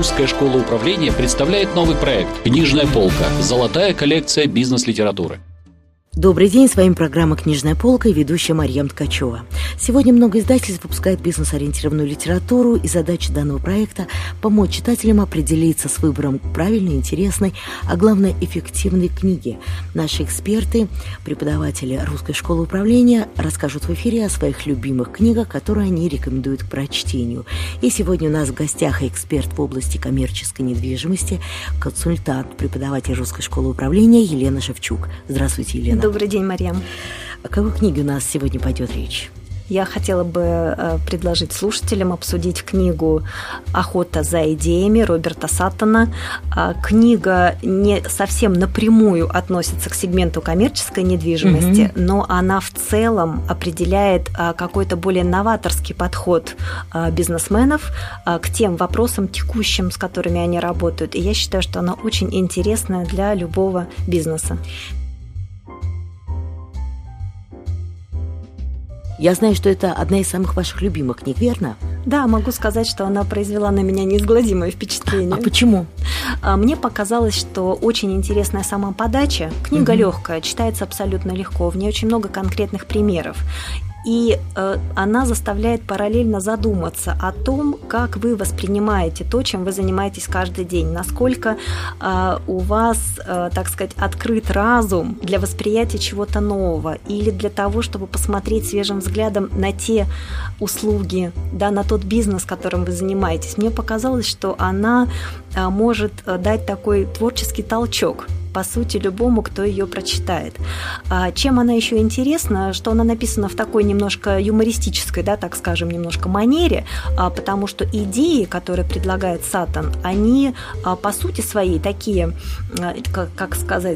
«Русская школа управления» представляет новый проект «Книжная полка. Золотая коллекция бизнес-литературы». Добрый день, с вами программа «Книжная полка» и ведущая Марьям Ткачева. Сегодня много издательств выпускает бизнес-ориентированную литературу, и задача данного проекта – помочь читателям определиться с выбором правильной, интересной, а главное, эффективной книги. Наши эксперты, преподаватели Русской школы управления расскажут в эфире о своих любимых книгах, которые они рекомендуют к прочтению. И сегодня у нас в гостях эксперт в области коммерческой недвижимости, консультант, преподаватель Русской школы управления Елена Шевчук. Здравствуйте, Елена. Добрый день, Марьям. О какой книге у нас сегодня пойдет речь? Я хотела бы предложить слушателям обсудить книгу «Охота за идеями» Роберта Саттона. Книга не совсем напрямую относится к сегменту коммерческой недвижимости, но она в целом определяет какой-то более новаторский подход бизнесменов к тем вопросам текущим, с которыми они работают. И я считаю, что она очень интересная для любого бизнеса. Я знаю, что это одна из самых ваших любимых книг, верно? Да, могу сказать, что она произвела на меня неизгладимое впечатление. А почему? Мне показалось, что очень интересная сама подача. Книга легкая, читается абсолютно легко, в ней очень много конкретных примеров. И она заставляет параллельно задуматься о том, как вы воспринимаете то, чем вы занимаетесь каждый день, насколько у вас, так сказать, открыт разум для восприятия чего-то нового или для того, чтобы посмотреть свежим взглядом на те услуги, да, на тот бизнес, которым вы занимаетесь. Мне показалось, что она может дать такой творческий толчок, по сути, любому, кто ее прочитает. Чем она еще интересна, что она написана в такой немножко юмористической, да, так скажем, немножко манере, потому что идеи, которые предлагает Саттон, они по сути своей такие, как сказать,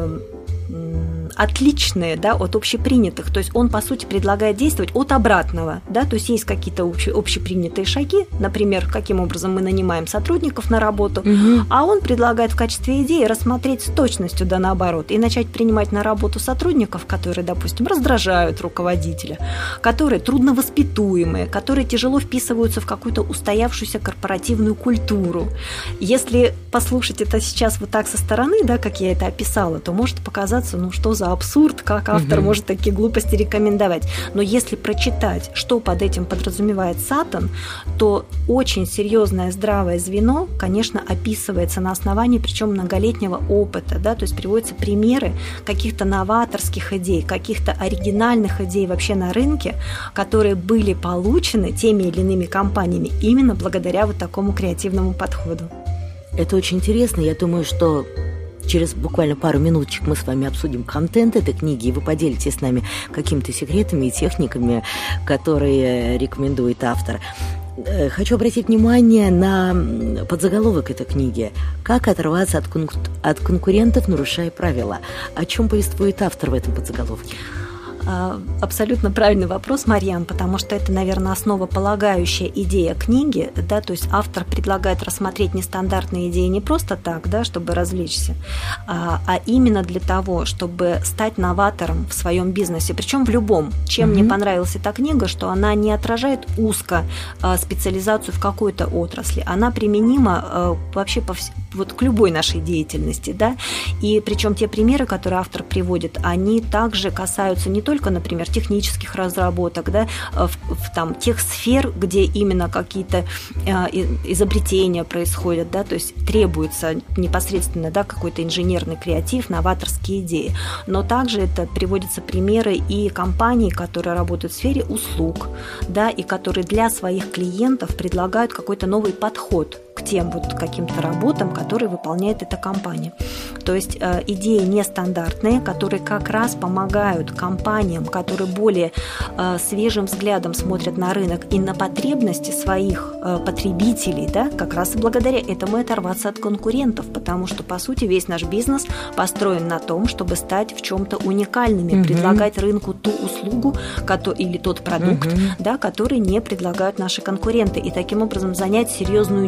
отличные, да, от общепринятых. То есть он, по сути, предлагает действовать от обратного. Да? То есть есть какие-то общепринятые шаги, например, каким образом мы нанимаем сотрудников на работу, а он предлагает в качестве идеи рассмотреть с точностью да наоборот и начать принимать на работу сотрудников, которые, допустим, раздражают руководителя, которые трудновоспитуемые, которые тяжело вписываются в какую-то устоявшуюся корпоративную культуру. Если послушать это сейчас вот так со стороны, да, как я это описала, то может показаться, ну что за абсурд, как автор может такие глупости рекомендовать. Но если прочитать, что под этим подразумевает Саттон, то очень серьезное здравое звено, конечно, описывается на основании, причем многолетнего опыта, да, то есть приводятся примеры каких-то новаторских идей, каких-то оригинальных идей вообще на рынке, которые были получены теми или иными компаниями именно благодаря вот такому креативному подходу. Это очень интересно. Я думаю, что через буквально пару минуточек мы с вами обсудим контент этой книги, и вы поделитесь с нами какими-то секретами и техниками, которые рекомендует автор. Хочу обратить внимание на подзаголовок этой книги «Как оторваться от конкурентов, нарушая правила». О чем повествует автор в этом подзаголовке? Абсолютно правильный вопрос, Марьям, потому что это, наверное, основополагающая идея книги, да, то есть автор предлагает рассмотреть нестандартные идеи не просто так, да, чтобы развлечься, а именно для того, чтобы стать новатором в своем бизнесе, причем в любом. Чем мне понравилась эта книга, что она не отражает узко специализацию в какой-то отрасли, она применима вообще вот к любой нашей деятельности, да, и причем те примеры, которые автор приводит, они также касаются не только, например, технических разработок, да, в там, тех сфер, где именно какие-то изобретения происходят, да, то есть требуется непосредственно, да, какой-то инженерный креатив, новаторские идеи. Но также это приводятся примеры и компаний, которые работают в сфере услуг, да, и которые для своих клиентов предлагают какой-то новый подход к тем вот каким-то работам, которые выполняет эта компания. То есть идеи нестандартные, которые как раз помогают компаниям, которые более свежим взглядом смотрят на рынок и на потребности своих потребителей, да, как раз и благодаря этому оторваться от конкурентов, потому что, по сути, весь наш бизнес построен на том, чтобы стать в чем-то уникальными, предлагать рынку ту услугу или тот продукт, да, который не предлагают наши конкуренты, и таким образом занять серьезную нишу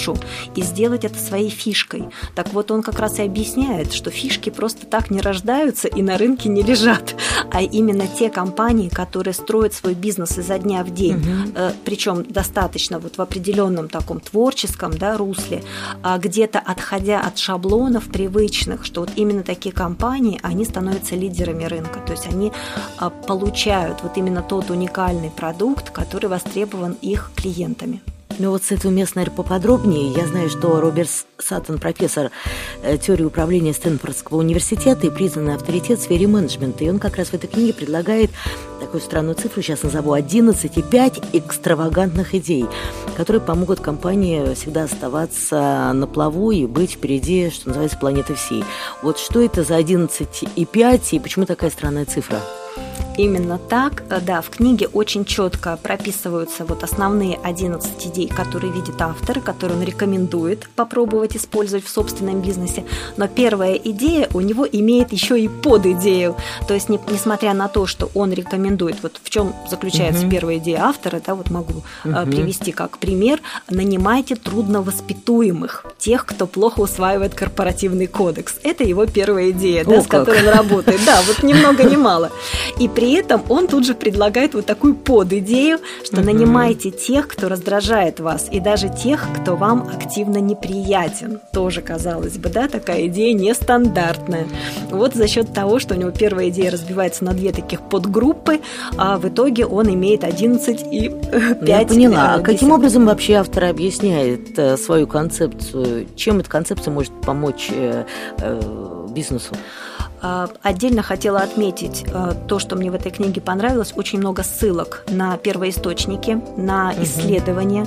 нишу и сделать это своей фишкой. Так вот, он как раз и объясняет, что фишки просто так не рождаются и на рынке не лежат, а именно те компании, которые строят свой бизнес изо дня в день, причем достаточно вот в определенном таком творческом, да, русле, где-то отходя от шаблонов привычных, что вот именно такие компании, они становятся лидерами рынка, то есть они получают вот именно тот уникальный продукт, который востребован их клиентами. Ну вот с этого места, наверное, поподробнее. Я знаю, что Роберт Саттон, профессор теории управления Стэнфордского университета и признанный авторитет в сфере менеджмента. И он как раз в этой книге предлагает такую странную цифру, сейчас назову 11,5 экстравагантных идей, которые помогут компании всегда оставаться на плаву и быть впереди, что называется, планеты всей. Вот что это за 11,5 и почему такая странная цифра? Именно так, да, в книге очень четко прописываются вот основные 11 идей, которые видит автор, которые он рекомендует попробовать использовать в собственном бизнесе. Но первая идея у него имеет еще и подидею. То есть, несмотря на то, что он рекомендует, вот в чем заключается первая идея автора, да, вот могу привести как пример: нанимайте трудновоспитуемых, тех, кто плохо усваивает корпоративный кодекс. Это его первая идея, да, с которой он работает. Да, вот ни много ни мало. И при этом он тут же предлагает вот такую подидею, что нанимайте тех, кто раздражает вас, и даже тех, кто вам активно неприятен. Тоже, казалось бы, да, такая идея нестандартная. Вот за счет того, что у него первая идея разбивается на две таких подгруппы, а в итоге он имеет 11,5. Я поняла. А каким образом вообще автор объясняет свою концепцию? Чем эта концепция может помочь бизнесу? Отдельно хотела отметить то, что мне в этой книге понравилось. Очень много ссылок на первоисточники, на исследования,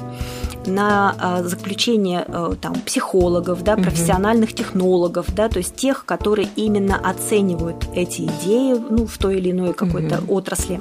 на заключение там, психологов, да, профессиональных технологов, да, то есть тех, которые именно оценивают эти идеи, ну, в той или иной какой-то отрасли.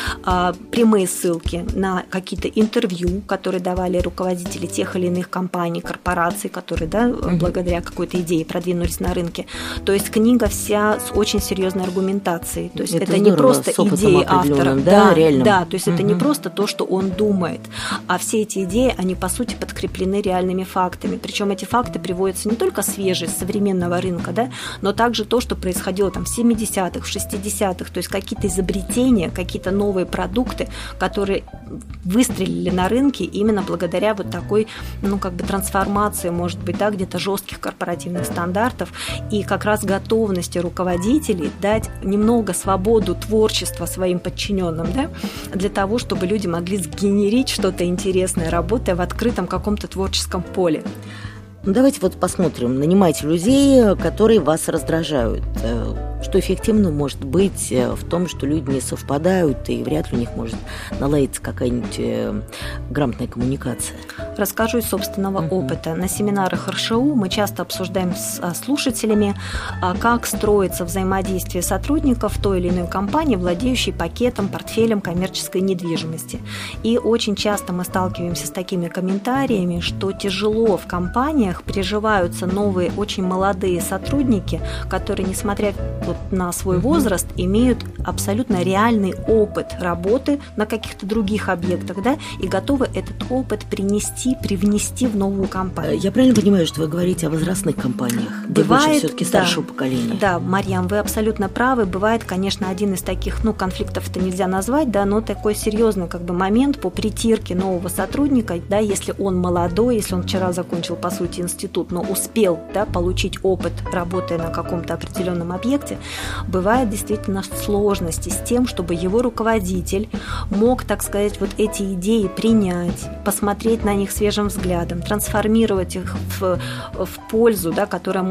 Прямые ссылки на какие-то интервью, которые давали руководители тех или иных компаний, корпораций, которые, да, благодаря какой-то идее продвинулись на рынке. То есть книга вся с очень серьезной аргументацией. То есть это не просто идеи автора, да, да, то есть это не просто то, что он думает, а все эти идеи, они по сути подкреплены реальными фактами. Причем эти факты приводятся не только свежие, с современного рынка, да, но также то, что происходило там в 70-х, в 60-х, то есть какие-то изобретения, какие-то новые продукты, которые выстрелили на рынке именно благодаря вот такой, ну, как бы трансформации, может быть, да, где-то жестких корпоративных стандартов и как раз готовности руководителей дать немного свободу творчества своим подчиненным, да, для того, чтобы люди могли сгенерить что-то интересное, работая в открытом каком-то творческом поле. Ну, давайте вот посмотрим. Нанимайте людей, которые вас раздражают. Что эффективно может быть в том, что люди не совпадают, и вряд ли у них может наладиться какая-нибудь грамотная коммуникация? Расскажу из собственного опыта. На семинарах РШУ мы часто обсуждаем с слушателями, как строится взаимодействие сотрудников той или иной компании, владеющей пакетом, портфелем коммерческой недвижимости. И очень часто мы сталкиваемся с такими комментариями, что тяжело в компаниях приживаются новые, очень молодые сотрудники, которые, несмотря вот на свой возраст, имеют абсолютно реальный опыт работы на каких-то других объектах, да, и готовы этот опыт привнести в новую компанию. Я правильно понимаю, что вы говорите о возрастных компаниях? Бывает, все-таки старшего поколения. Да, Марьям, вы абсолютно правы. Бывает, конечно, один из таких, ну, конфликтов это нельзя назвать, да, но такой серьезный как бы момент по притирке нового сотрудника, да, если он молодой, если он вчера закончил, по сути, институт, но успел, да, получить опыт, работая на каком-то определенном объекте, бывает действительно сложности с тем, чтобы его руководитель мог, так сказать, вот эти идеи принять, посмотреть на них свежим взглядом, трансформировать их в пользу, да, которую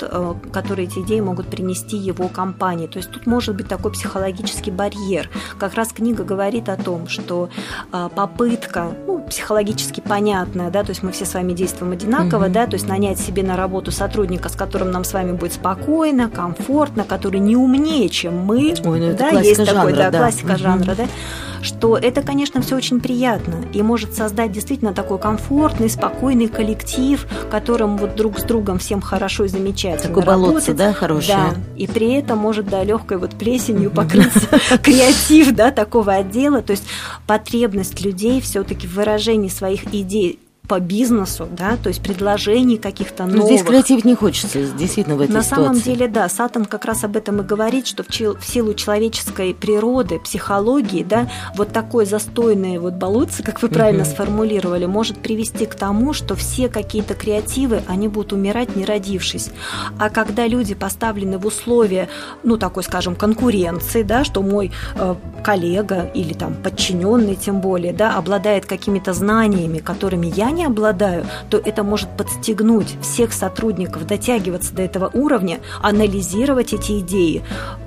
эти идеи могут принести его компании. То есть тут может быть такой психологический барьер. Как раз книга говорит о том, что попытка, ну, психологически понятная, да, то есть мы все с вами действуем одинаково, да, то есть нанять себе на работу сотрудника, с которым нам с вами будет спокойно, комфортно, который не умнее, чем мы. Ой, ну да, есть такой, да, классика жанра, да, что это, конечно, все очень приятно и может создать действительно такой комфортный, спокойный коллектив, которым вот друг с другом всем хорошо и замечательно такое работать. Болотце, да, хорошее. Да, и при этом может, да, легкой вот плесенью покрыться креатив, да, такого отдела, то есть потребность людей все-таки в выражении своих идей по бизнесу, да, то есть предложений каких-то новых. Здесь креативить не хочется, действительно, в этой На ситуации. самом деле, да, Саттон как раз об этом и говорит, что в силу человеческой природы, психологии, да, вот такое застойное вот болотце, как вы правильно сформулировали, может привести к тому, что все какие-то креативы, они будут умирать, не родившись. А когда люди поставлены в условия, ну, такой, скажем, конкуренции, да, что мой коллега или там подчиненный, тем более, да, обладает какими-то знаниями, которыми я не обладаю, то это может подстегнуть всех сотрудников дотягиваться до этого уровня, анализировать эти идеи,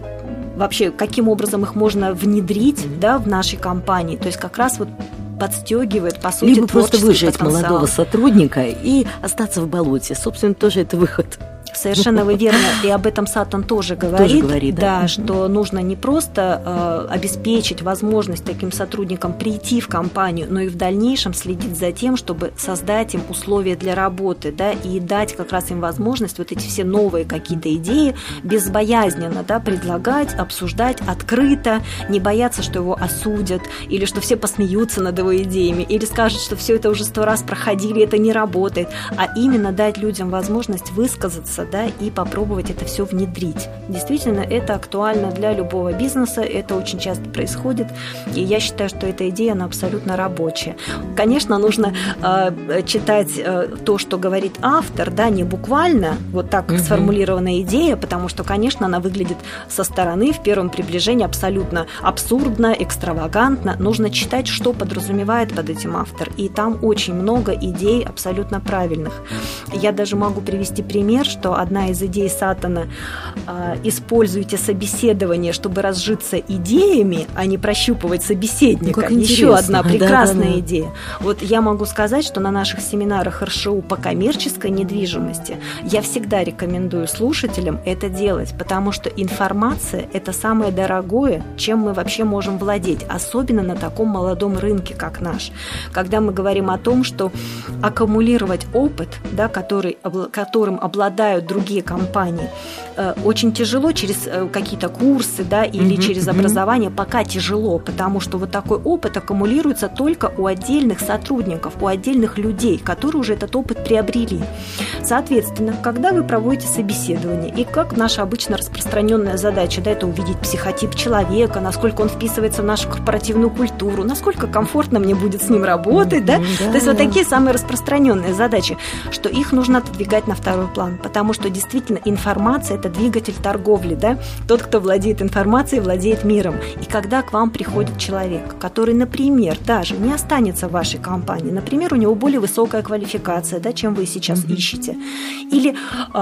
вообще каким образом их можно внедрить, да, в нашей компании. То есть как раз вот подстегивает, по сути, либо просто выжать потенциал. молодого сотрудника и остаться в болоте. Собственно, тоже это выход. Совершенно вы верно, и об этом Саттон тоже говорит, да, что нужно не просто обеспечить возможность таким сотрудникам прийти в компанию, но и в дальнейшем следить за тем, чтобы создать им условия для работы, да, и дать как раз им возможность вот эти все новые какие-то идеи безбоязненно, да, предлагать, обсуждать открыто, не бояться, что его осудят, или что все посмеются над его идеями, или скажут, что все это уже 100 раз проходили, это не работает, а именно дать людям возможность высказаться, да, и попробовать это все внедрить. Действительно, это актуально для любого бизнеса, это очень часто происходит, и я считаю, что эта идея, она абсолютно рабочая. Конечно, нужно читать то, что говорит автор, да, не буквально, вот так сформулированная идея, потому что, конечно, она выглядит со стороны в первом приближении абсолютно абсурдно, экстравагантно. Нужно читать, что подразумевает под этим автор, и там очень много идей абсолютно правильных. Я даже могу привести пример, что одна из идей Саттона «используйте собеседование, чтобы разжиться идеями, а не прощупывать собеседника». Еще одна прекрасная идея. Вот я могу сказать, что на наших семинарах РШУ по коммерческой недвижимости я всегда рекомендую слушателям это делать, потому что информация – это самое дорогое, чем мы вообще можем владеть, особенно на таком молодом рынке, как наш. Когда мы говорим о том, что аккумулировать опыт, да, которым обладают другие компании, очень тяжело через какие-то курсы, да, или через образование, пока тяжело, потому что вот такой опыт аккумулируется только у отдельных сотрудников, у отдельных людей, которые уже этот опыт приобрели. Соответственно, когда вы проводите собеседование, и как наша обычно распространенная задача, да, это увидеть психотип человека, насколько он вписывается в нашу корпоративную культуру, насколько комфортно мне будет с ним работать, да? То есть вот такие самые распространенные задачи, что их нужно отодвигать на второй план, потому что действительно информация – это двигатель торговли, да? Тот, кто владеет информацией, владеет миром. И когда к вам приходит человек, который, например, даже не останется в вашей компании, например, у него более высокая квалификация, да, чем вы сейчас ищете, или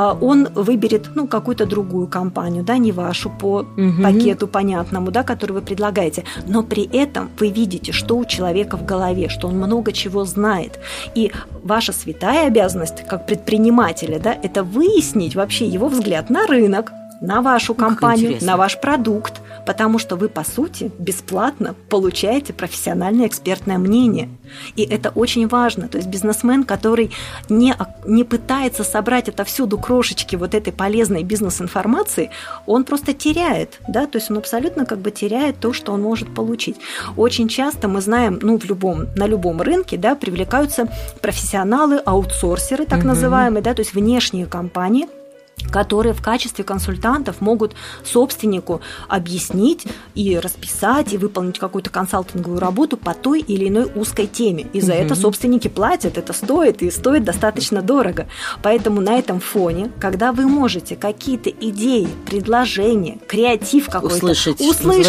он выберет, ну, какую-то другую компанию, да, не вашу по пакету понятному, да, который вы предлагаете, но при этом вы видите, что у человека в голове, что он много чего знает, и ваша святая обязанность как предпринимателя, да, это выяснить вообще его взгляд на рынок, на вашу компанию, на ваш продукт, потому что вы, по сути, бесплатно получаете профессиональное экспертное мнение. И это очень важно. То есть бизнесмен, который не пытается собрать отовсюду крошечки вот этой полезной бизнес-информации, он просто теряет, да, то есть он абсолютно как бы теряет то, что он может получить. Очень часто мы знаем, ну, на любом рынке, да, привлекаются профессионалы, аутсорсеры, так называемые, да, то есть внешние компании, которые в качестве консультантов могут собственнику объяснить и расписать, и выполнить какую-то консалтинговую работу по той или иной узкой теме. И за это собственники платят, это стоит, и стоит достаточно дорого. Поэтому на этом фоне, когда вы можете какие-то идеи, предложения, креатив какой-то услышать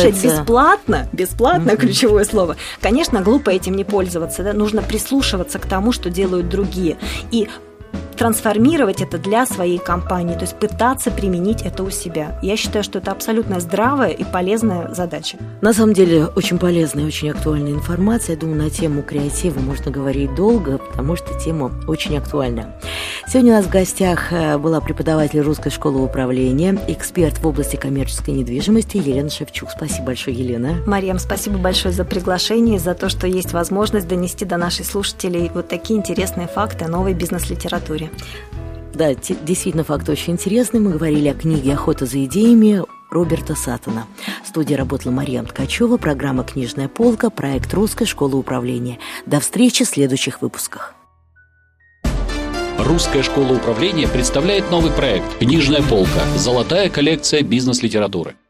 бесплатно, ключевое слово, конечно, глупо этим не пользоваться, да? Нужно прислушиваться к тому, что делают другие, и трансформировать это для своей компании, то есть пытаться применить это у себя. Я считаю, что это абсолютно здравая и полезная задача. На самом деле, очень полезная и очень актуальная информация. Я думаю, на тему креатива можно говорить долго, потому что тема очень актуальна. Сегодня у нас в гостях была преподаватель Русской школы управления, эксперт в области коммерческой недвижимости Елена Шевчук. Спасибо большое, Елена. Марьям, спасибо большое за приглашение, за то, что есть возможность донести до наших слушателей вот такие интересные факты о новой бизнес-литературе. Да, действительно, факт очень интересный. Мы говорили о книге «Охота за идеями» Роберта Саттона. В студии работала Марьям Ткачева, программа «Книжная полка», проект Русской школы управления. До встречи в следующих выпусках. Русская школа управления представляет новый проект «Книжная полка. Золотая коллекция бизнес-литературы».